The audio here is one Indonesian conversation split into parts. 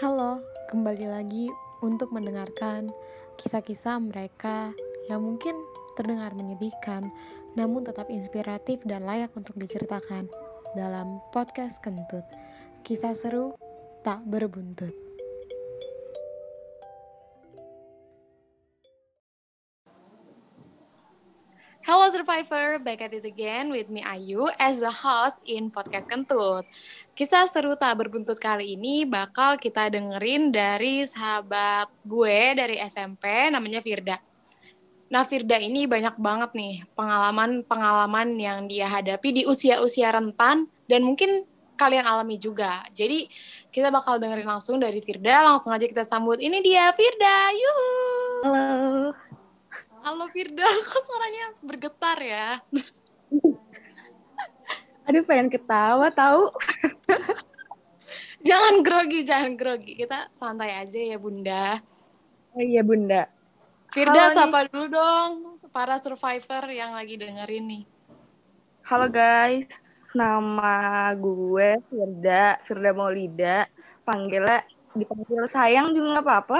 Halo, kembali lagi untuk mendengarkan kisah-kisah mereka yang mungkin terdengar menyedihkan, namun tetap inspiratif dan layak untuk diceritakan dalam podcast Kentut. Kisah seru tak berbuntut. Hello Survivor, back at it again with me Ayu as the host in Podcast Kentut. Kisah seru tak berbuntut kali ini bakal kita dengerin dari sahabat gue dari SMP namanya Firda. Nah Firda ini banyak banget nih pengalaman-pengalaman yang dia hadapi di usia-usia rentan dan mungkin kalian alami juga. Jadi kita bakal dengerin langsung dari Firda, langsung aja kita sambut. Ini dia Firda, yuhu! Halo. Halo Firda, kok suaranya bergetar ya? Aduh, pengen ketawa tahu. Jangan grogi. Kita santai aja ya, Bunda. Oh iya, Bunda. Firda, Halo sapa nih. dulu dong para survivor yang lagi dengerin nih. Halo guys. Nama gue Firda Maulida. Dipanggil sayang juga nggak apa-apa.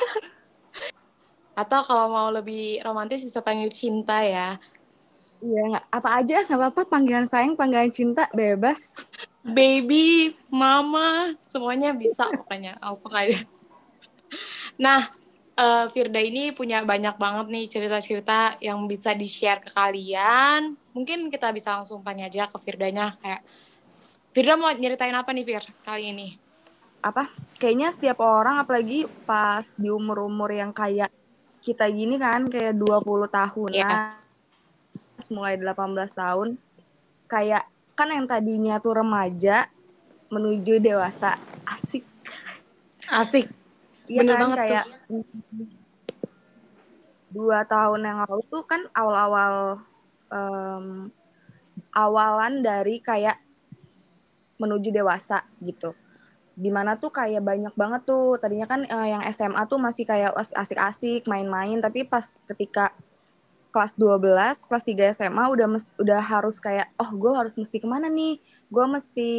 Atau kalau mau lebih romantis bisa panggil cinta ya. Iya, apa aja nggak apa-apa. Panggilan sayang, panggilan cinta, bebas. Baby, mama, semuanya bisa pokoknya. Langsung aja. Nah, Firda ini punya banyak banget nih cerita-cerita yang bisa di-share ke kalian. Mungkin kita bisa langsung tanya aja ke Firdanya kayak, Firda mau nyeritain apa nih Fir kali ini? Kayaknya setiap orang, apalagi pas di umur-umur yang kayak kita gini kan, kayak 20 tahunan, mulai 18 tahun, kayak kan yang tadinya tuh remaja menuju dewasa. Asik. Iya Bener kan, banget kayak tuh. 2 tahun yang lalu tuh kan awal-awal awalan dari kayak menuju dewasa gitu. Dimana tuh kayak banyak banget tuh, tadinya kan yang SMA tuh masih kayak asik-asik main-main, tapi pas ketika kelas 12, kelas 3 SMA udah harus kayak, oh gue harus mesti kemana nih, gue mesti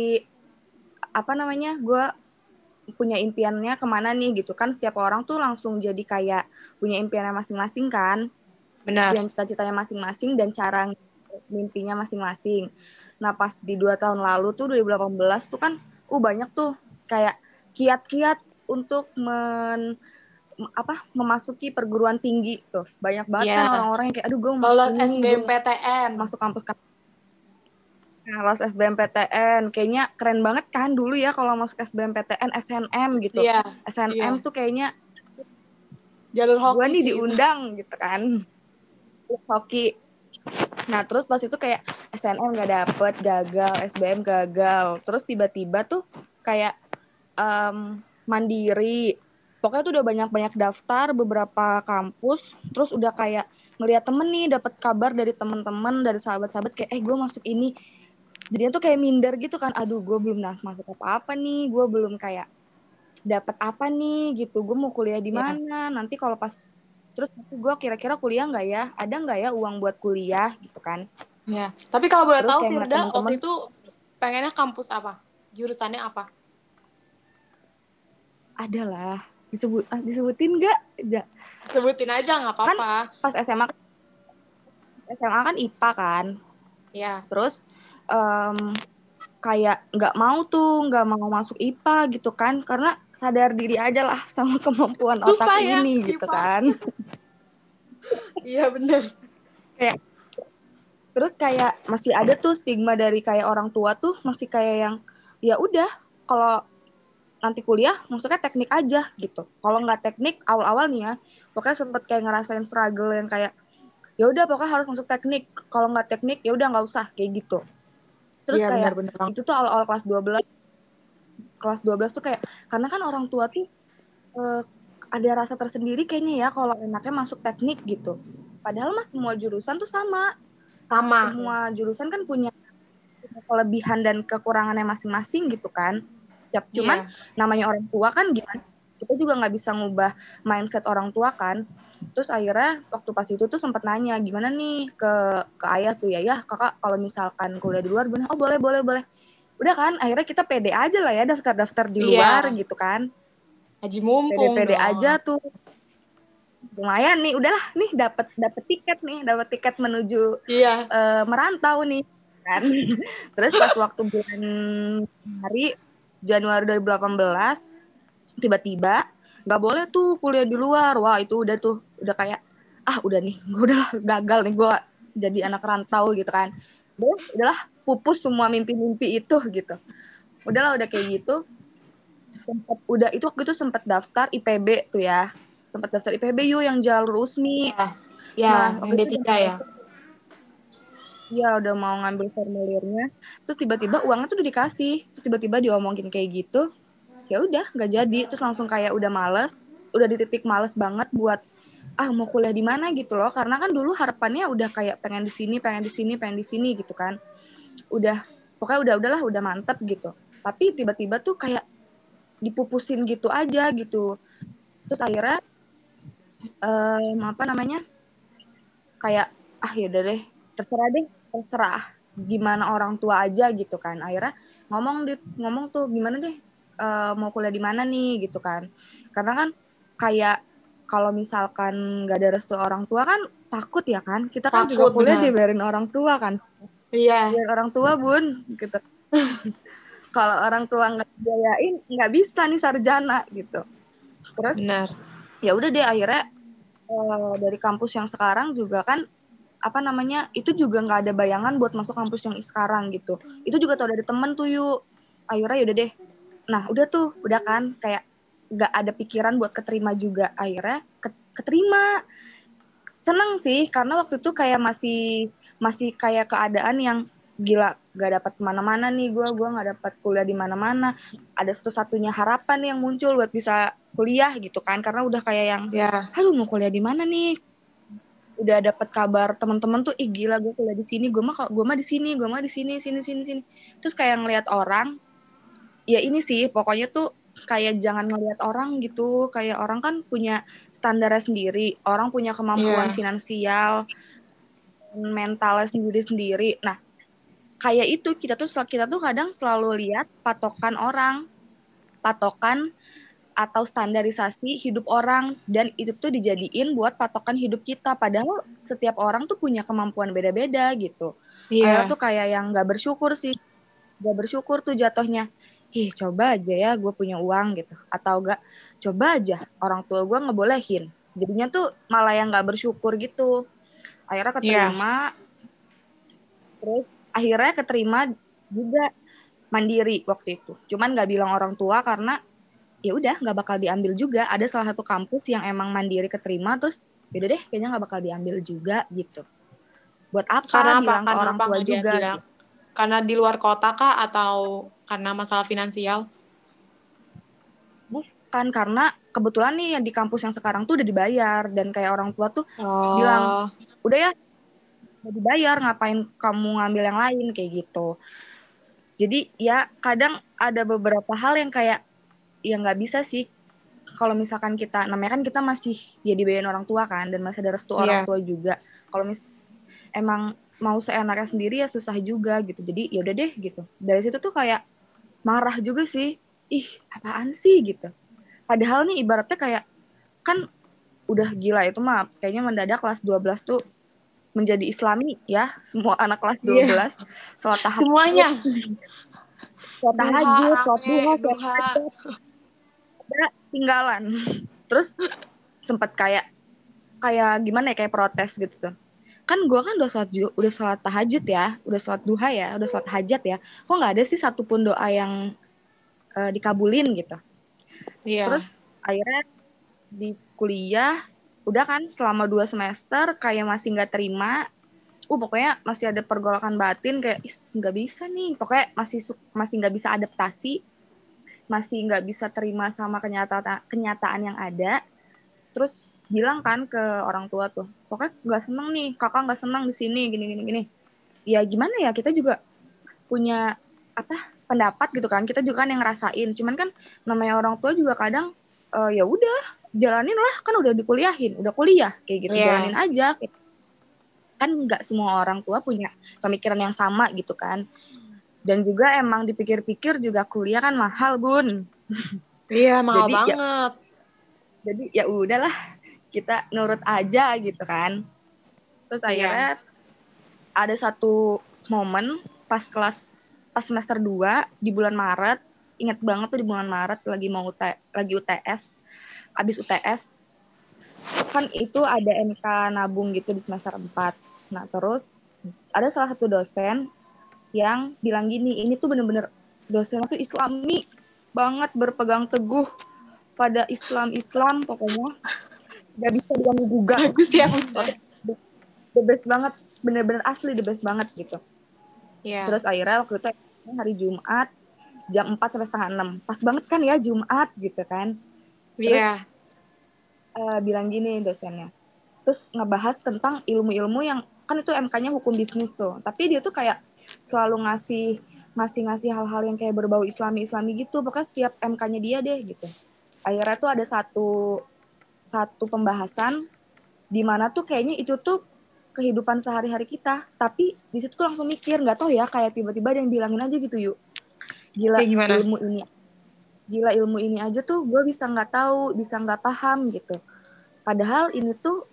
gue punya impiannya kemana nih gitu kan. Setiap orang tuh langsung jadi kayak punya impiannya masing-masing kan. Benar. Punya cita-citanya masing-masing dan cara mimpinya masing-masing. Nah pas di 2 tahun lalu tuh 2018 tuh kan banyak tuh kayak kiat-kiat untuk memasuki perguruan tinggi tuh. Banyak banget kan orang-orang yang kayak aduh gue mau lolos ini SBMPTN. masuk kampus. Nah, lolos SBMPTN, kayaknya keren banget kan dulu ya kalau masuk SBMPTN, SNM gitu. Iya. SNM tuh kayaknya jalur hoki gue nih sih diundang gitu kan. Hoki. Nah terus pas itu kayak SNM gak dapet, gagal, SBM gagal. Terus tiba-tiba tuh kayak mandiri. Pokoknya tuh udah banyak-banyak daftar beberapa kampus. Terus udah kayak ngeliat temen nih, dapet kabar dari temen-temen, dari sahabat-sahabat kayak gue masuk ini. Jadinya tuh kayak minder gitu kan. Aduh gue belum masuk apa-apa nih. Gue belum kayak dapet apa nih gitu. Gue mau kuliah di mana. Nanti kalau pas terus gue kira-kira kuliah nggak ya? Ada nggak ya uang buat kuliah gitu kan? Ya. Tapi kalau boleh Terus tahu kayak Firda temen-temen, waktu itu pengennya kampus apa? Jurusannya apa? adalah disebutin nggak? Sebutin aja nggak Kan apa-apa. pas SMA kan IPA kan. Ya. Terus kayak nggak mau masuk IPA gitu kan, karena sadar diri aja lah sama kemampuan otak ini gitu IPA. kan. Iya bener. Terus kayak masih ada tuh stigma dari kayak orang tua tuh masih kayak yang ya udah kalau nanti kuliah maksudnya teknik aja gitu. Kalau nggak teknik awal-awal nih ya, pokoknya sempet kayak ngerasain struggle yang kayak ya udah pokoknya harus masuk teknik. Kalau nggak teknik ya udah nggak usah kayak gitu. Terus kayak bener. itu tuh awal-awal kelas 12. Kelas 12 tuh kayak karena kan orang tua tuh ada rasa tersendiri kayaknya ya kalau enaknya masuk teknik gitu. Padahal mah semua jurusan tuh sama. Semua jurusan kan punya kelebihan dan kekurangannya masing-masing gitu kan. Cuman namanya orang tua kan gimana, kita juga nggak bisa ngubah mindset orang tua kan. Terus akhirnya waktu pas itu tuh sempat nanya gimana nih ke ayah tuh, ya kakak kalau misalkan kuliah di luar, bener, oh boleh. Udah kan akhirnya kita pede aja lah ya daftar di luar gitu kan. Haji mumpung pede-pede dong. aja tuh. Lumayan nih, udahlah nih dapat tiket menuju Iya. merantau nih kan. Terus pas waktu bulan hari Januari 2018 tiba-tiba nggak boleh tuh kuliah di luar. Wah itu udah kayak udah nih, gue udah gagal nih gue jadi anak rantau gitu kan. Udahlah pupus semua mimpi-mimpi itu gitu. Udah kayak gitu. Waktu itu sempat daftar IPB tuh ya. Sempat daftar IPB yang jalur USMI. Ya, Nah, yang waktu itu D3 ya. Iya, udah mau ngambil formulirnya. Terus tiba-tiba uangnya tuh udah dikasih. Terus tiba-tiba diomongin kayak gitu. Ya udah, nggak jadi. Terus langsung kayak udah males. Udah di titik males banget buat mau kuliah di mana gitu loh. Karena kan dulu harapannya udah kayak pengen di sini gitu kan. Pokoknya udahlah, udah mantep gitu. Tapi tiba-tiba tuh kayak dipupusin gitu aja gitu. Terus akhirnya kayak yaudah deh, terserah gimana orang tua aja gitu kan. Akhirnya ngomong tuh gimana deh, mau kuliah di mana nih gitu kan. Karena kan kayak kalau misalkan nggak ada restu orang tua kan takut ya kan. Kita kan juga kuliah dibayarin orang tua kan. Iya. Biar orang tua bun gitu. Kalau orang tua nggak biayain nggak bisa nih sarjana gitu. Terus ya udah deh akhirnya dari kampus yang sekarang juga kan itu juga nggak ada bayangan buat masuk kampus yang sekarang gitu. Itu juga tau dari temen tuh akhirnya yaudah deh. Nah udah kan kayak nggak ada pikiran buat keterima juga. Akhirnya keterima. Seneng sih karena waktu itu kayak masih kayak keadaan yang gila, gak dapat kemana-mana nih gue nggak dapat kuliah di mana-mana. Ada satu-satunya harapan yang muncul buat bisa kuliah gitu kan, karena udah kayak yang aduh mau kuliah di mana nih. Udah dapat kabar teman-teman tuh gila gue kuliah di sini, gue mah di sini sini. Terus kayak ngelihat orang, ya ini sih pokoknya tuh kayak jangan ngelihat orang gitu. Kayak orang kan punya standarnya sendiri, orang punya kemampuan finansial, mentalnya sendiri. Nah kayak itu kita tuh kadang selalu lihat patokan atau standarisasi hidup orang, dan itu tuh dijadiin buat patokan hidup kita, padahal setiap orang tuh punya kemampuan beda-beda gitu. Akhirnya tuh kayak yang gak bersyukur tuh jatuhnya. Coba aja ya gue punya uang gitu, atau gak coba aja orang tua gue ngebolehin. Jadinya tuh malah yang gak bersyukur gitu. Akhirnya keterima. Terus akhirnya keterima juga mandiri waktu itu. Cuman gak bilang orang tua karena ya udah nggak bakal diambil juga. Ada salah satu kampus yang emang mandiri keterima, terus yaudah deh kayaknya nggak bakal diambil juga gitu. Buat apa? Karena bilang ke orang tua juga gitu. Karena di luar kota kah atau karena masalah finansial? Bukan, karena kebetulan nih yang di kampus yang sekarang tuh udah dibayar, dan kayak orang tua tuh bilang udah ya udah dibayar, ngapain kamu ngambil yang lain kayak gitu. Jadi ya kadang ada beberapa hal yang kayak ya nggak bisa sih. Kalau misalkan kita, namanya kan kita masih ya dibayarin orang tua kan, dan masih ada restu orang tua juga. Kalau emang mau seenaknya sendiri ya susah juga gitu. Jadi ya udah deh gitu. Dari situ tuh kayak marah juga sih. Apaan sih gitu. Padahal nih ibaratnya kayak kan udah gila itu mah kayaknya mendadak kelas 12 tuh menjadi Islami ya. Semua anak kelas 12 sholat tahajud. Semuanya. Sholat tahajud, sholat duha. Tinggalan. Terus sempat kayak gimana ya, kayak protes gitu tuh. Kan gue kan udah sholat tahajud ya, udah sholat duha ya, udah sholat hajat ya. Kok nggak ada sih satupun doa yang dikabulin gitu. Terus akhirnya di kuliah udah kan selama 2 semester kayak masih nggak terima. Pokoknya masih ada pergolakan batin kayak nggak bisa nih. Pokoknya masih nggak bisa adaptasi. Masih nggak bisa terima sama kenyataan yang ada. Terus bilang kan ke orang tua tuh, pokoknya nggak seneng nih, kakak nggak seneng di sini, gini. Ya gimana ya, kita juga punya pendapat gitu kan, kita juga kan yang ngerasain. Cuman kan namanya orang tua juga kadang ya udah jalanin lah, kan udah dikuliahin, udah kuliah kayak gitu, jalanin aja. Kan nggak semua orang tua punya pemikiran yang sama gitu kan. Dan juga emang dipikir-pikir juga kuliah kan mahal bun. Iya, mahal Jadi banget. ya udahlah, kita nurut aja gitu kan. Terus akhirnya ada satu momen pas semester 2 di bulan Maret, ingat banget tuh di bulan Maret lagi UTS, abis UTS kan itu ada MK nabung gitu di semester 4. Nah terus ada salah satu dosen yang bilang gini, ini tuh bener-bener dosen tuh Islami banget, berpegang teguh pada Islam pokoknya, gak bisa diganggu gugat. Bagus ya Bunda. The best banget, bener-bener asli the best banget gitu. Terus akhirnya waktu itu hari Jumat jam 4 sampai setengah 6. Pas banget kan ya Jumat gitu kan. Terus bilang gini dosennya. Terus ngebahas tentang ilmu-ilmu yang kan itu MK-nya hukum bisnis tuh. Tapi dia tuh kayak selalu ngasih hal-hal yang kayak berbau Islami gitu. Pokoknya setiap MK-nya dia deh gitu. Akhirnya tuh ada satu pembahasan di mana tuh kayaknya itu tuh kehidupan sehari-hari kita, tapi di situ tuh langsung mikir, nggak tahu ya, kayak tiba-tiba ada yang bilangin aja gitu, yuk gila ilmu ini aja tuh gue bisa nggak tahu, bisa nggak paham gitu, padahal ini tuh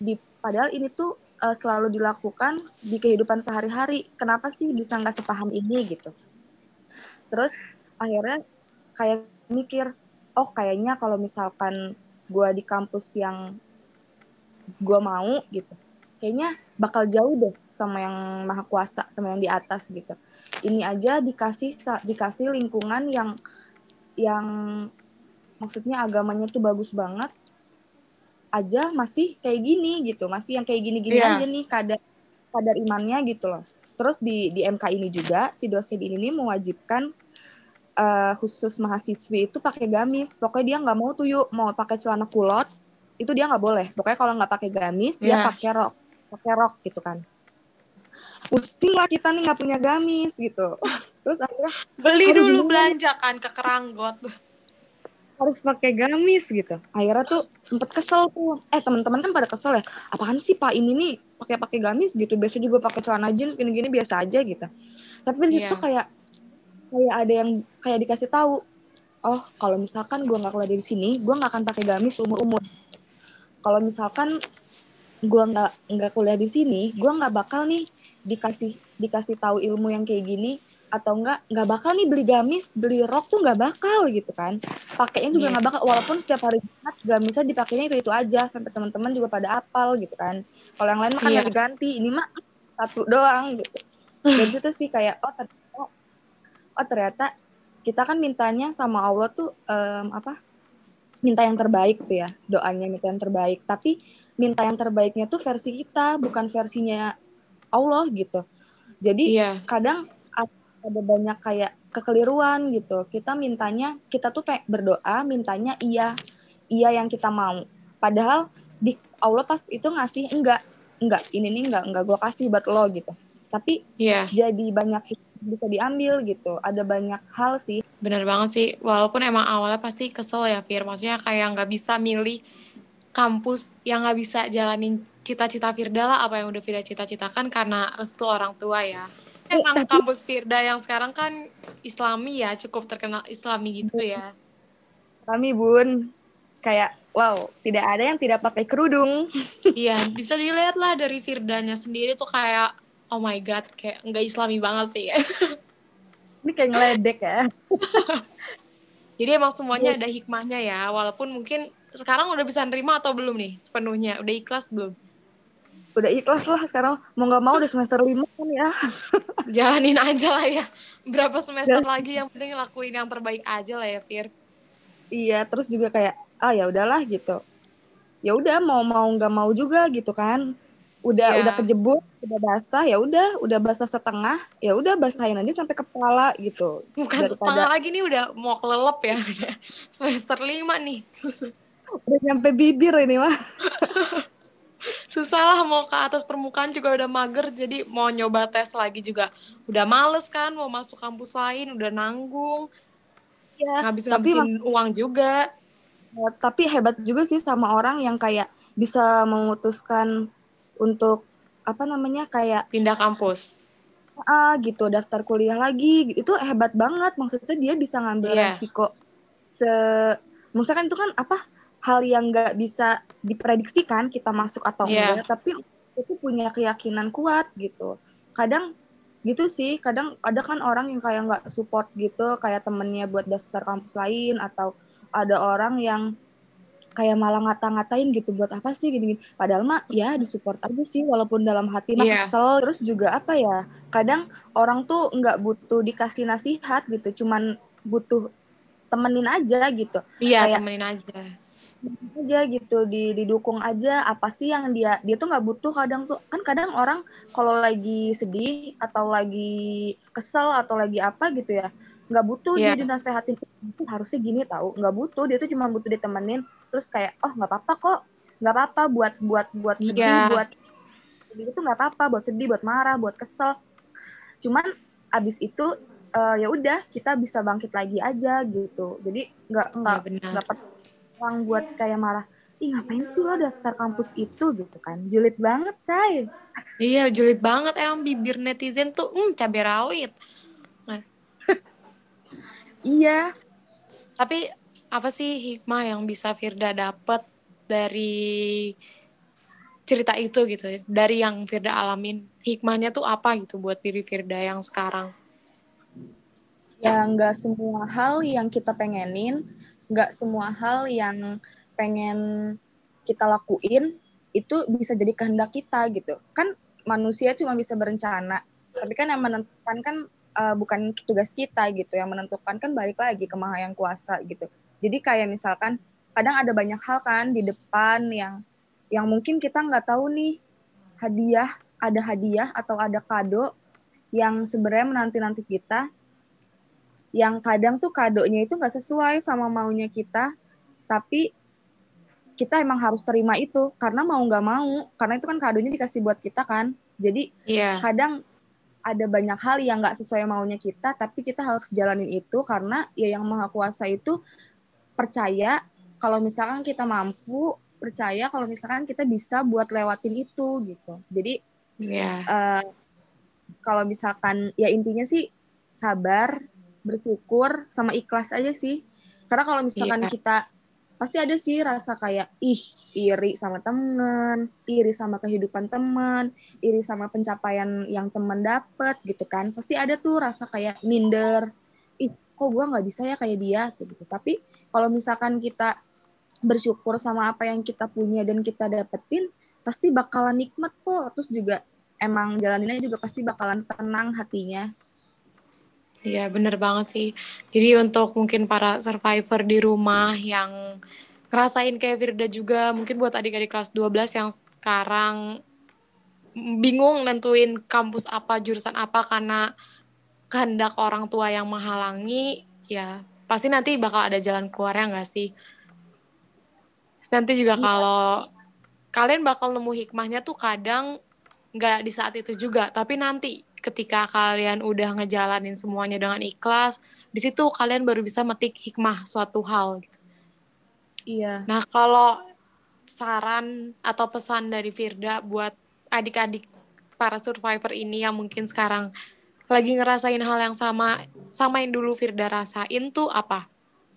selalu dilakukan di kehidupan sehari-hari, kenapa sih bisa nggak sepaham ini gitu. Terus akhirnya kayak mikir, oh kayaknya kalau misalkan gue di kampus yang gue mau gitu, kayaknya bakal jauh deh sama yang maha kuasa, sama yang di atas gitu. Ini aja dikasih lingkungan yang maksudnya agamanya tuh bagus banget, aja masih kayak gini gitu, masih yang kayak gini-gini aja nih kadar imannya gitu loh. Terus di MK ini juga si dosen ini mewajibkan khusus mahasiswi itu pakai gamis. Pokoknya dia nggak mau tuh yuk mau pakai celana kulot, itu dia nggak boleh. Pokoknya kalau nggak pakai gamis dia pakai rok gitu kan. Pusing lah kita nih nggak punya gamis gitu. Terus akhirnya beli dulu belanja kan ke Keranggot, harus pakai gamis gitu. Akhirnya tuh sempet kesel tuh. Teman-teman kan pada kesel ya. Apaan sih Pak ini nih pakai gamis gitu. Biasanya juga pakai celana jeans gini-gini biasa aja gitu. Tapi di situ kayak ada yang kayak dikasih tahu. Oh, kalau misalkan gue nggak keluar dari sini, gue nggak akan pakai gamis umur. Kalau misalkan gue nggak kuliah di sini, gue nggak bakal nih dikasih tahu ilmu yang kayak gini, atau nggak bakal nih beli gamis, beli rok tuh nggak bakal gitu kan, pakainya juga nggak bakal, walaupun setiap hari Jumat gamisnya dipakainya itu aja sampai teman-teman juga pada apal gitu kan. Kalau yang lain mah kan lagi ganti, ini mah satu doang gitu. Dari situ sih kayak ternyata kita kan mintanya sama Allah tuh minta yang terbaik tuh ya, doanya minta yang terbaik, tapi minta yang terbaiknya tuh versi kita, bukan versinya Allah gitu. Jadi kadang ada banyak kayak kekeliruan gitu. Kita tuh berdoa mintanya iya yang kita mau. Padahal di Allah pas itu ngasih enggak ini nih enggak gue kasih buat lo gitu. Tapi jadi banyak bisa diambil gitu. Ada banyak hal sih. Bener banget sih. Walaupun emang awalnya pasti kesel ya, Fir. Maksudnya kayak nggak bisa milih kampus yang nggak bisa jalanin cita-cita Firda lah, apa yang udah Firda cita-citakan karena restu orang tua ya. Emang kampus Firda yang sekarang kan Islami ya, cukup terkenal Islami gitu ya. Islami bun, kayak wow, tidak ada yang tidak pakai kerudung. Iya, bisa dilihat lah dari Firdanya sendiri tuh kayak oh my god, kayak nggak Islami banget sih. Ini kayak ngeledek ya. Jadi emang semuanya ada hikmahnya ya, walaupun mungkin sekarang udah bisa nerima atau belum nih sepenuhnya? Udah ikhlas belum? Udah ikhlas lah sekarang, mau gak mau udah semester 5 kan ya. Jalanin aja lah ya. Berapa semester lagi yang penting lakuin yang terbaik aja lah ya, Fir. Iya, terus juga kayak ya udahlah gitu. Ya udah mau nggak mau juga gitu kan. Udah kejebur, udah basah, ya udah basah setengah, ya udah basahin aja sampai kepala gitu. Bukan setengah lagi nih, udah mau kelelep ya. Semester 5 nih. Udah nyampe bibir ini mah. Susah lah, mau ke atas permukaan juga udah mager, jadi mau nyoba tes lagi juga udah males kan, mau masuk kampus lain udah nanggung. Ya, ngabisin uang juga. Tapi hebat juga sih sama orang yang kayak bisa memutuskan untuk kayak pindah kampus. Gitu, daftar kuliah lagi, itu hebat banget. Maksudnya dia bisa ngambil resiko Maksudnya kan itu kan hal yang nggak bisa diprediksikan kita masuk atau Iya. enggak, tapi itu punya keyakinan kuat gitu. Kadang gitu sih, kadang ada kan orang yang kayak nggak support gitu, kayak temennya buat daftar kampus lain, atau ada orang yang kayak malah ngata-ngatain gitu, buat apa sih gini-gini. Padahal mah ya disupport aja sih, walaupun dalam hati mah Iya. kesel. Terus juga kadang orang tuh nggak butuh dikasih nasihat gitu, cuman butuh temenin aja gitu. Iya, Kayak temenin aja. aja gitu, didukung aja. Apa sih yang dia tuh nggak butuh. Kadang tuh kan, kadang orang kalau lagi sedih atau lagi kesel atau lagi apa gitu ya, nggak butuh dia Iya. dinasehatin, itu harusnya gini tahu, nggak butuh. Dia tuh cuma butuh ditemenin, terus kayak nggak apa-apa kok, nggak apa-apa buat sedih, Iya. buat itu nggak apa-apa, buat sedih, buat marah, buat kesel. Cuman abis itu ya udah, kita bisa bangkit lagi aja gitu. Jadi Iya, benar. nggak orang buat kayak marah, ih ngapain sih lo daftar kampus itu gitu kan. Julid banget, say. Iya, julid banget emang bibir netizen tuh, cabai rawit. Nah, Iya. tapi apa sih hikmah yang bisa Firda dapat dari cerita itu gitu, dari yang Firda alamin? Hikmahnya tuh apa gitu buat diri Firda yang sekarang? Ya nggak semua hal yang kita pengenin, nggak semua hal yang pengen kita lakuin itu bisa jadi kehendak kita gitu. Kan manusia cuma bisa berencana, tapi kan yang menentukan kan bukan tugas kita gitu. Yang menentukan kan balik lagi ke Maha Yang Kuasa gitu. Jadi kayak misalkan kadang ada banyak hal kan di depan yang mungkin kita nggak tahu nih, ada hadiah atau ada kado yang sebenarnya menanti-nanti kita, yang kadang tuh kadonya itu nggak sesuai sama maunya kita, tapi kita emang harus terima itu karena mau nggak mau, karena itu kan kadonya dikasih buat kita kan. Jadi Iya. kadang ada banyak hal yang nggak sesuai maunya kita, tapi kita harus jalanin itu karena ya yang Maha Kuasa itu percaya kalau misalkan kita mampu, percaya kalau misalkan kita bisa buat lewatin itu gitu. Jadi Iya. kalau misalkan ya intinya sih sabar, bersyukur, sama ikhlas aja sih. Karena kalau misalkan Iya. kita pasti ada sih rasa kayak iri sama temen, iri sama kehidupan temen, iri sama pencapaian yang temen dapet gitu kan. Pasti ada tuh rasa kayak minder, kok gue nggak bisa ya kayak dia gitu. Tapi kalau misalkan kita bersyukur sama apa yang kita punya dan kita dapetin, pasti bakalan nikmat kok. Terus juga emang jalaninnya juga pasti bakalan tenang hatinya. Iya, bener banget sih. Jadi untuk mungkin para survivor di rumah yang ngerasain kayak Firda juga, mungkin buat adik-adik kelas 12 yang sekarang bingung nentuin kampus apa, jurusan apa karena kehendak orang tua yang menghalangi, ya pasti nanti bakal ada jalan keluarnya nggak sih? Nanti juga Iya, kalau kalian bakal nemu hikmahnya tuh kadang nggak di saat itu juga, tapi nanti ketika kalian udah ngejalanin semuanya dengan ikhlas, di situ kalian baru bisa metik hikmah suatu hal gitu. iya. Nah, kalau saran atau pesan dari Firda buat adik-adik para survivor ini yang mungkin sekarang lagi ngerasain hal yang sama yang dulu Firda rasain tuh apa?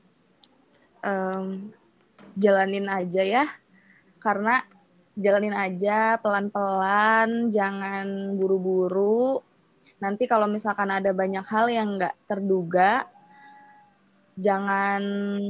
Jalanin aja ya, karena jalanin aja pelan-pelan, jangan buru-buru. Nanti kalau misalkan ada banyak hal yang nggak terduga, jangan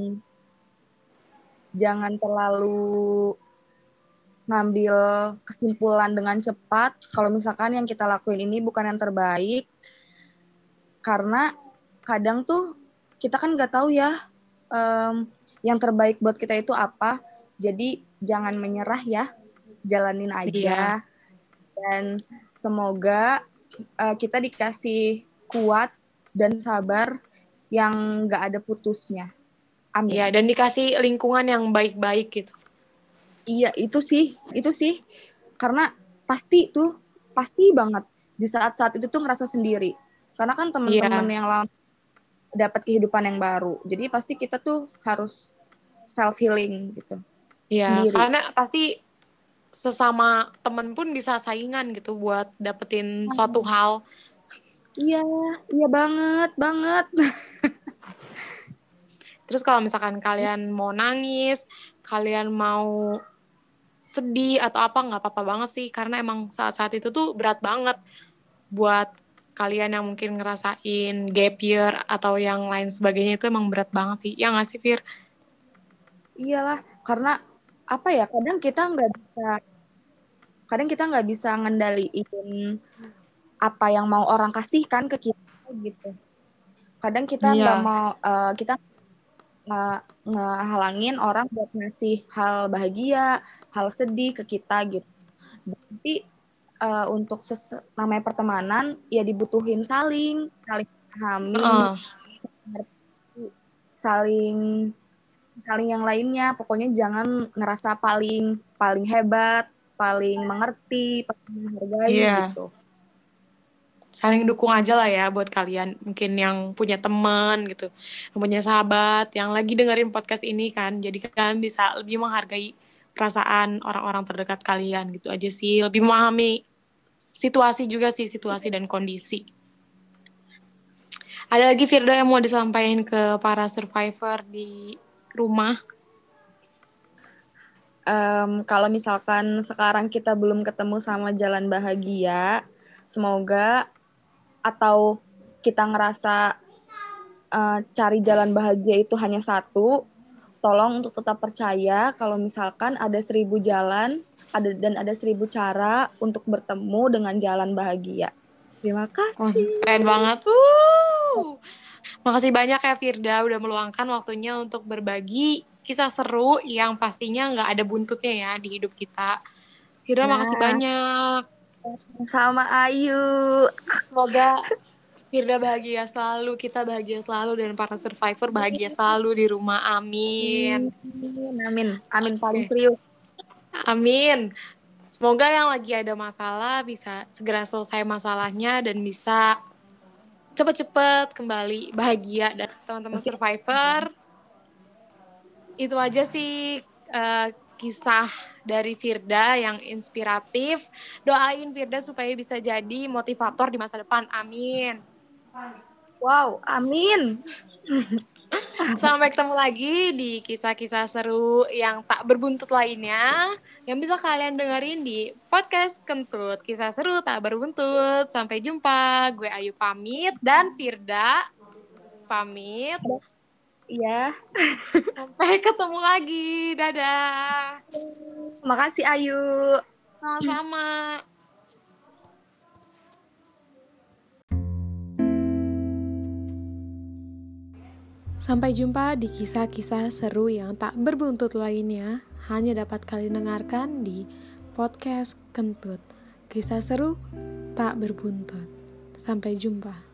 terlalu ngambil kesimpulan dengan cepat kalau misalkan yang kita lakuin ini bukan yang terbaik, karena kadang tuh kita kan nggak tahu ya yang terbaik buat kita itu apa. Jadi jangan menyerah ya, jalanin aja. Iya. Dan semoga kita dikasih kuat dan sabar yang nggak ada putusnya. Amin. Iya, dan dikasih lingkungan yang baik-baik gitu. Iya, itu sih. Karena pasti banget di saat-saat itu tuh ngerasa sendiri. Karena kan teman-teman yang lama dapat kehidupan yang baru. Jadi pasti kita tuh harus self healing gitu. Iya, Sendiri. karena pasti sesama temen pun bisa saingan gitu buat dapetin suatu hal. Iya banget. Terus kalau misalkan kalian mau nangis, kalian mau sedih atau apa, nggak apa-apa banget sih, karena emang saat-saat itu tuh berat banget buat kalian yang mungkin ngerasain gap year atau yang lain sebagainya, itu emang berat banget sih. Ya nggak sih, Fir? Iyalah, karena apa ya, kadang kita nggak bisa ngendaliin apa yang mau orang kasihkan ke kita gitu. Kadang kita nggak mau, kita ngehalangin orang buat ngasih hal bahagia, hal sedih ke kita gitu. Jadi untuk namanya pertemanan ya dibutuhin saling pahami, saling yang lainnya. Pokoknya jangan ngerasa paling hebat, paling mengerti, paling menghargai gitu. Saling dukung aja lah ya buat kalian mungkin yang punya teman gitu, yang punya sahabat yang lagi dengerin podcast ini kan. Jadi kalian bisa lebih menghargai perasaan orang-orang terdekat kalian gitu aja sih. Lebih memahami situasi juga sih, situasi dan kondisi. Ada lagi Firda yang mau disampaikan ke para survivor di rumah? Kalau misalkan sekarang kita belum ketemu sama jalan bahagia, semoga atau kita ngerasa cari jalan bahagia itu hanya satu, tolong untuk tetap percaya kalau misalkan ada 1000 jalan dan ada 1000 cara untuk bertemu dengan jalan bahagia. Terima kasih. Keren banget. Makasih banyak ya Firda udah meluangkan waktunya untuk berbagi kisah seru yang pastinya nggak ada buntutnya ya di hidup kita. Firda, makasih banyak. Sama Ayu. Semoga Firda bahagia selalu, kita bahagia selalu, dan para survivor bahagia selalu di rumah. Amin. Amin paling serius. Amin. Semoga yang lagi ada masalah bisa segera selesai masalahnya dan bisa cepet-cepet kembali bahagia. Dan teman-teman survivor, itu aja sih kisah dari Firda yang inspiratif. Doain Firda supaya bisa jadi motivator di masa depan. Amin. Wow, amin. Sampai ketemu lagi di kisah-kisah seru yang tak berbuntut lainnya yang bisa kalian dengerin di podcast Kentut. Kisah seru tak berbuntut. Sampai jumpa. Gue Ayu pamit dan Firda pamit. Iya. Sampai ketemu lagi. Dadah. Makasih Ayu. Sama-sama. Sampai jumpa di kisah-kisah seru yang tak berbuntut lainnya, hanya dapat kalian dengarkan di podcast Kentut. Kisah seru tak berbuntut. Sampai jumpa.